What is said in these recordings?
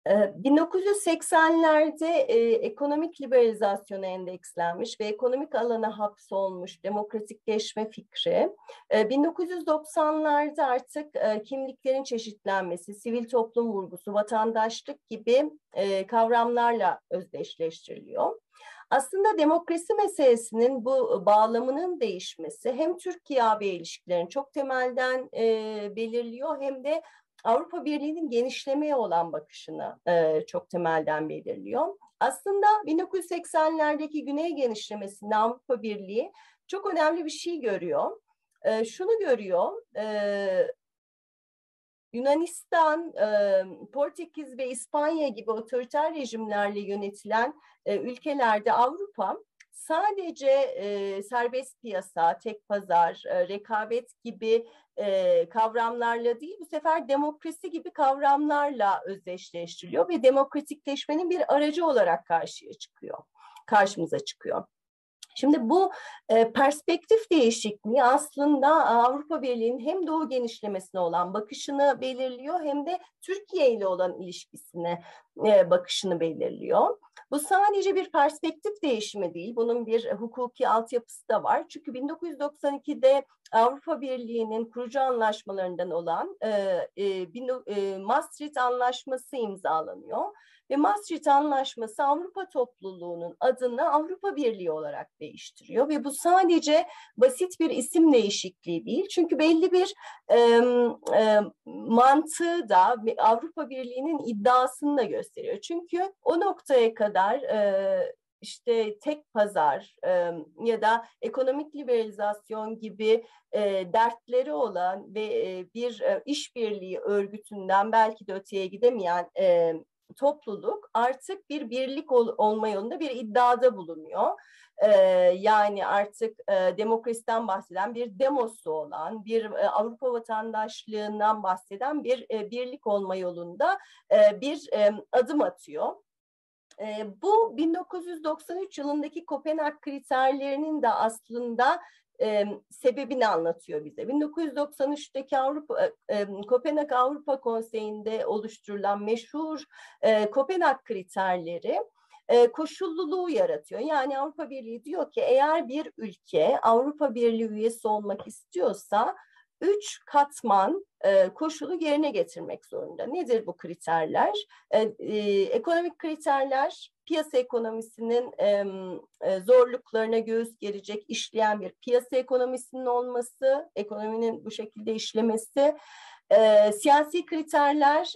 1980'lerde ekonomik liberalizasyona endekslenmiş ve ekonomik alana hapsolmuş demokratikleşme fikri, 1990'larda artık kimliklerin çeşitlenmesi, sivil toplum vurgusu, vatandaşlık gibi kavramlarla özdeşleştiriliyor. Aslında demokrasi meselesinin bu bağlamının değişmesi hem Türkiye-AB ilişkilerini çok temelden belirliyor hem de Avrupa Birliği'nin genişlemeye olan bakışını çok temelden belirliyor. Aslında 1980'lerdeki güney genişlemesinde Avrupa Birliği çok önemli bir şey görüyor. Şunu görüyor, Yunanistan, Portekiz ve İspanya gibi otoriter rejimlerle yönetilen ülkelerde Avrupa sadece serbest piyasa, tek pazar, rekabet gibi kavramlarla değil, bu sefer demokrasi gibi kavramlarla özdeşleştiriliyor ve demokratikleşmenin bir aracı olarak karşımıza çıkıyor. Şimdi bu perspektif değişikliği aslında Avrupa Birliği'nin hem Doğu genişlemesine olan bakışını belirliyor hem de Türkiye ile olan ilişkisine bakışını belirliyor. Bu sadece bir perspektif değişimi değil, bunun bir hukuki altyapısı da var. Çünkü 1992'de Avrupa Birliği'nin kurucu anlaşmalarından olan Maastricht Anlaşması imzalanıyor. Ve Maastricht Anlaşması Avrupa Topluluğu'nun adını Avrupa Birliği olarak değiştiriyor. Ve bu sadece basit bir isim değişikliği değil. Çünkü belli bir mantığı da Avrupa Birliği'nin iddiasını da gösteriyor. Çünkü o noktaya kadar işte tek pazar ya da ekonomik liberalizasyon gibi dertleri olan ve bir işbirliği örgütünden belki de öteye gidemeyen topluluk artık bir birlik olma yolunda bir iddiada bulunuyor. Yani artık demokrasiden bahseden bir demosu olan, bir Avrupa vatandaşlığından bahseden bir birlik olma yolunda bir adım atıyor. Bu 1993 yılındaki Kopenhag kriterlerinin de aslında sebebini anlatıyor bize. 1993'teki Kopenhag Avrupa Konseyi'nde oluşturulan meşhur Kopenhag kriterleri koşulluluğu yaratıyor. Yani Avrupa Birliği diyor ki eğer bir ülke Avrupa Birliği üyesi olmak istiyorsa 3 katman koşulu yerine getirmek zorunda. Nedir bu kriterler? Ekonomik kriterler, piyasa ekonomisinin zorluklarına göğüs gerecek, işleyen bir piyasa ekonomisinin olması, ekonominin bu şekilde işlemesi, siyasi kriterler,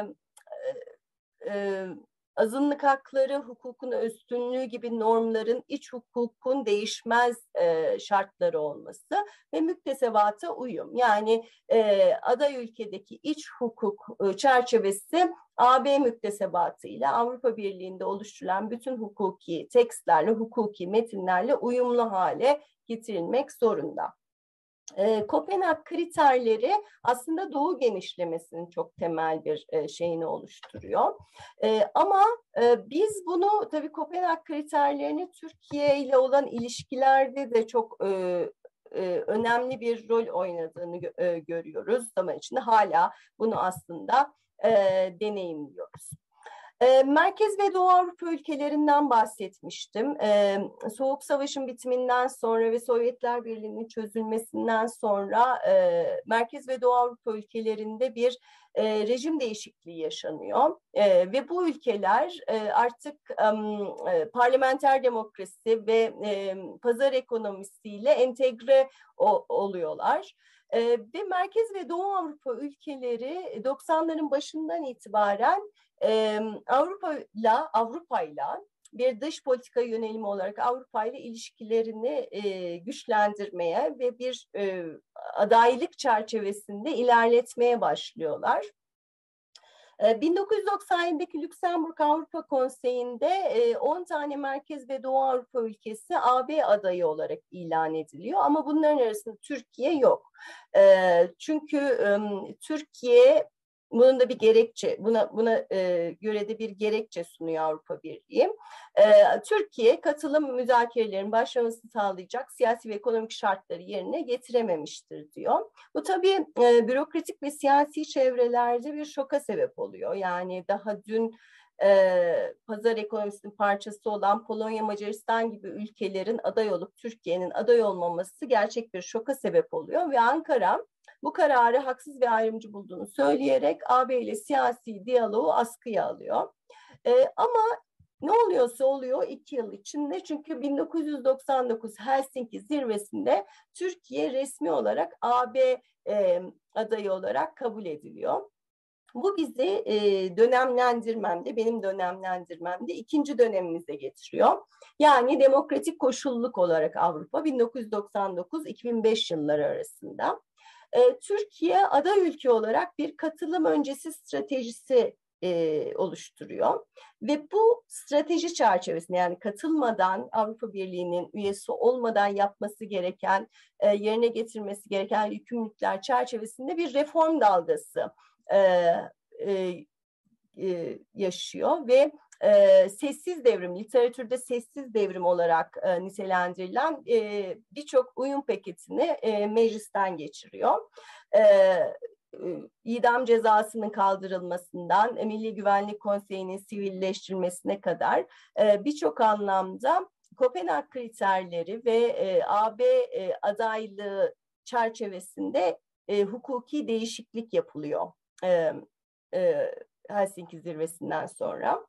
azınlık hakları, hukukun üstünlüğü gibi normların iç hukukun değişmez şartları olması ve müktesebata uyum. Yani aday ülkedeki iç hukuk çerçevesi AB müktesebatı ile Avrupa Birliği'nde oluşturulan bütün hukuki tekstlerle, hukuki metinlerle uyumlu hale getirilmek zorunda. Kopenhag kriterleri aslında Doğu genişlemesinin çok temel bir şeyini oluşturuyor. Ama biz bunu tabii Kopenhag kriterlerini Türkiye ile olan ilişkilerde de çok önemli bir rol oynadığını görüyoruz. Zaman içinde hala bunu aslında deneyimliyoruz. Merkez ve Doğu Avrupa ülkelerinden bahsetmiştim. Soğuk Savaş'ın bitiminden sonra ve Sovyetler Birliği'nin çözülmesinden sonra Merkez ve Doğu Avrupa ülkelerinde bir rejim değişikliği yaşanıyor. Ve bu ülkeler artık parlamenter demokrasi ve pazar ekonomisiyle entegre oluyorlar. Ve Merkez ve Doğu Avrupa ülkeleri 90'ların başından itibaren Avrupa'yla bir dış politika yönelimi olarak Avrupa'yla ilişkilerini güçlendirmeye ve bir adaylık çerçevesinde ilerletmeye başlıyorlar. 1997'deki Lüksemburg Avrupa Konseyi'nde 10 tane Merkez ve Doğu Avrupa ülkesi AB adayı olarak ilan ediliyor ama bunların arasında Türkiye yok. Çünkü Türkiye bunun da bir gerekçe, buna göre de bir gerekçe sunuyor Avrupa Birliği. Türkiye katılım müzakerelerin başlamasını sağlayacak siyasi ve ekonomik şartları yerine getirememiştir diyor. Bu tabii bürokratik ve siyasi çevrelerde bir şoka sebep oluyor. Yani daha dün pazar ekonomisinin parçası olan Polonya, Macaristan gibi ülkelerin aday olup Türkiye'nin aday olmaması gerçek bir şoka sebep oluyor ve Ankara bu kararı haksız ve ayrımcı bulduğunu söyleyerek AB ile siyasi diyaloğu askıya alıyor. Ama ne oluyorsa oluyor 2 yıl içinde, çünkü 1999 Helsinki zirvesinde Türkiye resmi olarak AB adayı olarak kabul ediliyor. Bu bizi benim dönemlendirmemde ikinci dönemimize getiriyor. Yani demokratik koşulluluk olarak Avrupa 1999-2005 yılları arasında. Türkiye aday ülke olarak bir katılım öncesi stratejisi oluşturuyor. Ve bu strateji çerçevesinde, yani katılmadan, Avrupa Birliği'nin üyesi olmadan yapması gereken, yerine getirmesi gereken yükümlülükler çerçevesinde bir reform dalgası yaşıyor ve sessiz devrim, literatürde sessiz devrim olarak nitelendirilen birçok uyum paketini meclisten geçiriyor. İdam cezasının kaldırılmasından Milli Güvenlik Konseyi'nin sivilleştirilmesine kadar birçok anlamda Kopenhag kriterleri ve AB adaylığı çerçevesinde hukuki değişiklik yapılıyor Helsinki zirvesinden sonra.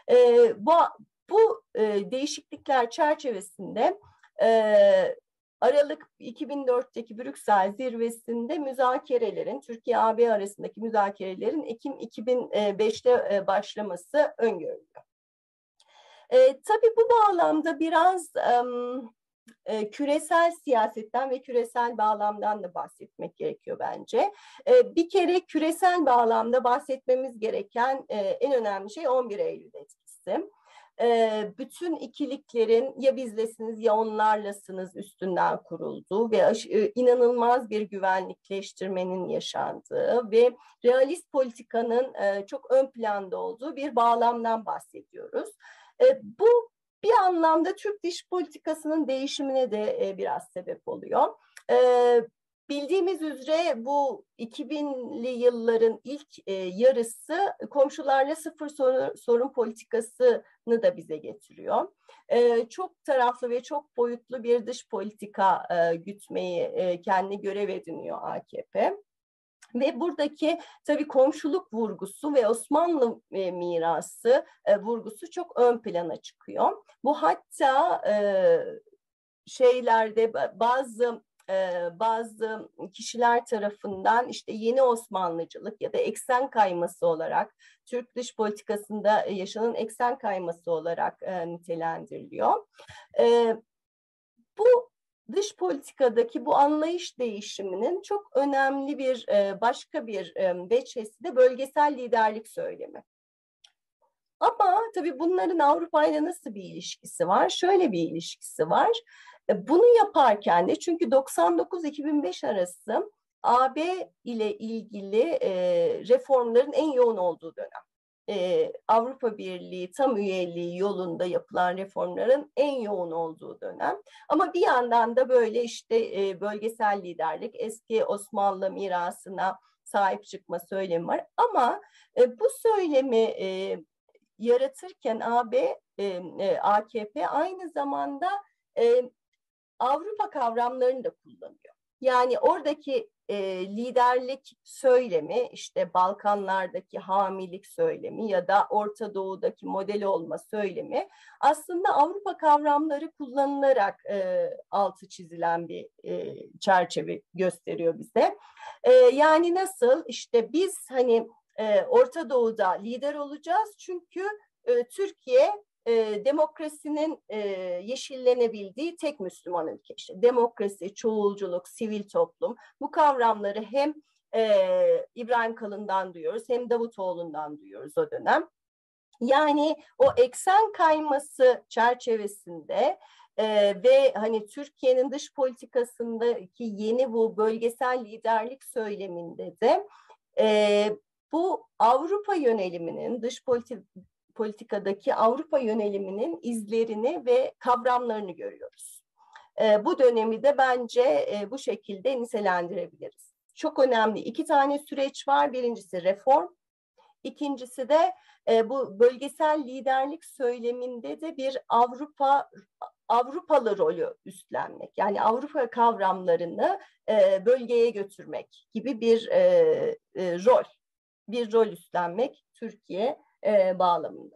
Bu değişiklikler çerçevesinde Aralık 2004'teki Brüksel zirvesinde Türkiye-AB arasındaki müzakerelerin Ekim 2005'te başlaması öngörülüyor. Tabii bu bağlamda biraz küresel siyasetten ve küresel bağlamdan da bahsetmek gerekiyor bence. Bir kere küresel bağlamda bahsetmemiz gereken en önemli şey 11 Eylül etkisi. Bütün ikiliklerin ya bizlesiniz ya onlarlasınız üstünden kurulduğu ve inanılmaz bir güvenlikleştirmenin yaşandığı ve realist politikanın çok ön planda olduğu bir bağlamdan bahsediyoruz. Bu bir anlamda Türk dış politikasının değişimine de biraz sebep oluyor. Bildiğimiz üzere bu 2000'li yılların ilk yarısı komşularla sıfır sorun politikasını da bize getiriyor. Çok taraflı ve çok boyutlu bir dış politika gütmeyi kendine görev ediniyor AKP. Ve buradaki tabii komşuluk vurgusu ve Osmanlı mirası vurgusu çok ön plana çıkıyor. Bu hatta bazı kişiler tarafından işte yeni Osmanlıcılık ya da eksen kayması olarak, Türk dış politikasında yaşanan eksen kayması olarak nitelendiriliyor. Bu dış politikadaki bu anlayış değişiminin çok önemli bir başka bir veçhesi de bölgesel liderlik söylemi. Ama tabii bunların Avrupa'yla nasıl bir ilişkisi var? Şöyle bir ilişkisi var. Bunu yaparken de, çünkü 99-2005 arası AB ile ilgili reformların en yoğun olduğu dönem. Avrupa Birliği tam üyeliği yolunda yapılan reformların en yoğun olduğu dönem. Ama bir yandan da böyle işte bölgesel liderlik, eski Osmanlı mirasına sahip çıkma söylemi var. Ama bu söylemi yaratırken AKP aynı zamanda Avrupa kavramlarını da kullanıyor. Yani oradaki liderlik söylemi, işte Balkanlardaki hamilik söylemi ya da Orta Doğu'daki model olma söylemi aslında Avrupa kavramları kullanılarak altı çizilen bir çerçeve gösteriyor bize. Yani nasıl, işte biz hani Orta Doğu'da lider olacağız çünkü Türkiye demokrasinin yeşillenebildiği tek Müslüman ülke. İşte demokrasi, çoğulculuk, sivil toplum, bu kavramları hem İbrahim Kalın'dan duyuyoruz hem Davutoğlu'ndan duyuyoruz o dönem. Yani o eksen kayması çerçevesinde ve hani Türkiye'nin dış politikasındaki yeni bu bölgesel liderlik söyleminde de bu Avrupa yöneliminin, politikadaki Avrupa yöneliminin izlerini ve kavramlarını görüyoruz. Bu dönemi de bence bu şekilde nitelendirebiliriz. Çok önemli iki tane süreç var. Birincisi reform, ikincisi de bu bölgesel liderlik söyleminde de bir Avrupalı rolü üstlenmek. Yani Avrupa kavramlarını bölgeye götürmek gibi bir rol üstlenmek Türkiye bağlamında.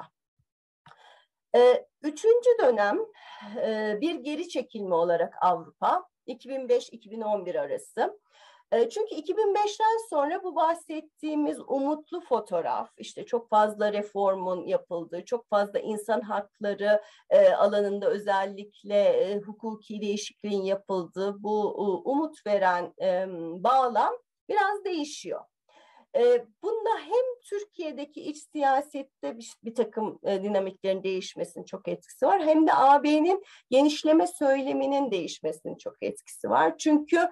Üçüncü dönem bir geri çekilme olarak Avrupa 2005-2011 arası. Çünkü 2005'ten sonra bu bahsettiğimiz umutlu fotoğraf, işte çok fazla reformun yapıldığı, çok fazla insan hakları alanında özellikle hukuki değişikliğin yapıldığı bu umut veren bağlam biraz değişiyor. Bunda hem Türkiye'deki iç siyasette bir takım dinamiklerin değişmesinin çok etkisi var. Hem de AB'nin genişleme söyleminin değişmesinin çok etkisi var. Çünkü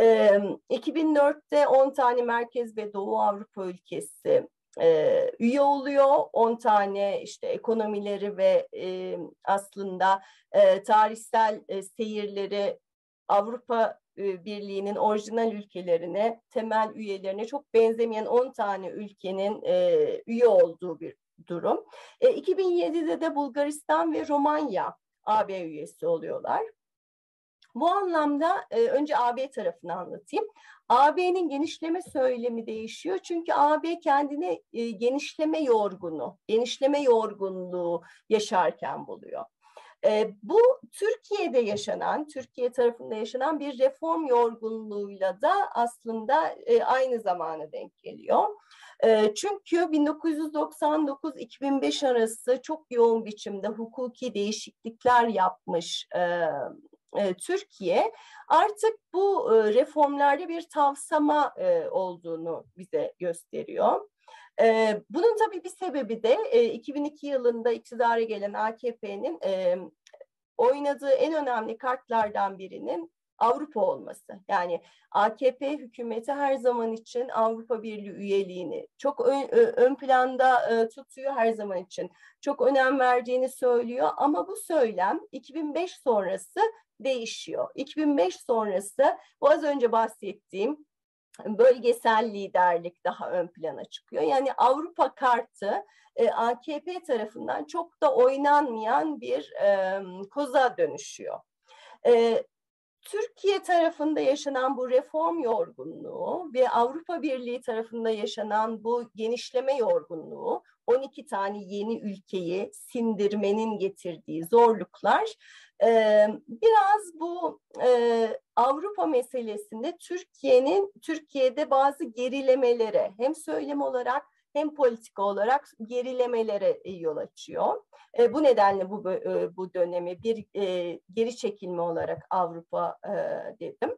2004'te 10 tane Merkez ve Doğu Avrupa ülkesi üye oluyor. 10 tane işte ekonomileri ve aslında tarihsel seyirleri Avrupa Birliği'nin orijinal ülkelerine, temel üyelerine çok benzemeyen 10 tane ülkenin üye olduğu bir durum. 2007'de de Bulgaristan ve Romanya AB üyesi oluyorlar. Bu anlamda önce AB tarafını anlatayım. AB'nin genişleme söylemi değişiyor. Çünkü AB kendini genişleme yorgunluğu yaşarken buluyor. Bu Türkiye tarafında yaşanan bir reform yorgunluğuyla da aslında aynı zamana denk geliyor. Çünkü 1999-2005 arası çok yoğun biçimde hukuki değişiklikler yapmış Türkiye artık bu reformlarda bir tavsama olduğunu bize gösteriyor. Bunun tabii bir sebebi de 2002 yılında iktidara gelen AKP'nin oynadığı en önemli kartlardan birinin Avrupa olması. Yani AKP hükümeti her zaman için Avrupa Birliği üyeliğini çok ön planda tutuyor her zaman için. Çok önem verdiğini söylüyor ama bu söylem 2005 sonrası değişiyor. 2005 sonrası bu az önce bahsettiğim bölgesel liderlik daha ön plana çıkıyor. Yani Avrupa kartı AKP tarafından çok da oynanmayan bir koza dönüşüyor. Türkiye tarafında yaşanan bu reform yorgunluğu ve Avrupa Birliği tarafında yaşanan bu genişleme yorgunluğu, 12 tane yeni ülkeyi sindirmenin getirdiği zorluklar biraz bu Avrupa meselesinde Türkiye'de bazı gerilemelere hem söylem olarak hem politika olarak gerilemelere yol açıyor. Bu nedenle bu dönemi bir geri çekilme olarak Avrupa dedim.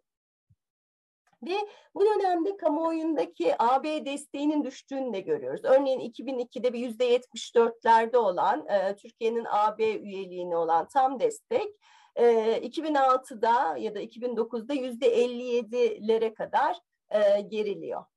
Ve bu dönemde kamuoyundaki AB desteğinin düştüğünü de görüyoruz. Örneğin 2002'de bir %74'lerde olan Türkiye'nin AB üyeliğine olan tam destek 2006'da ya da 2009'da %57'lere kadar geriliyor.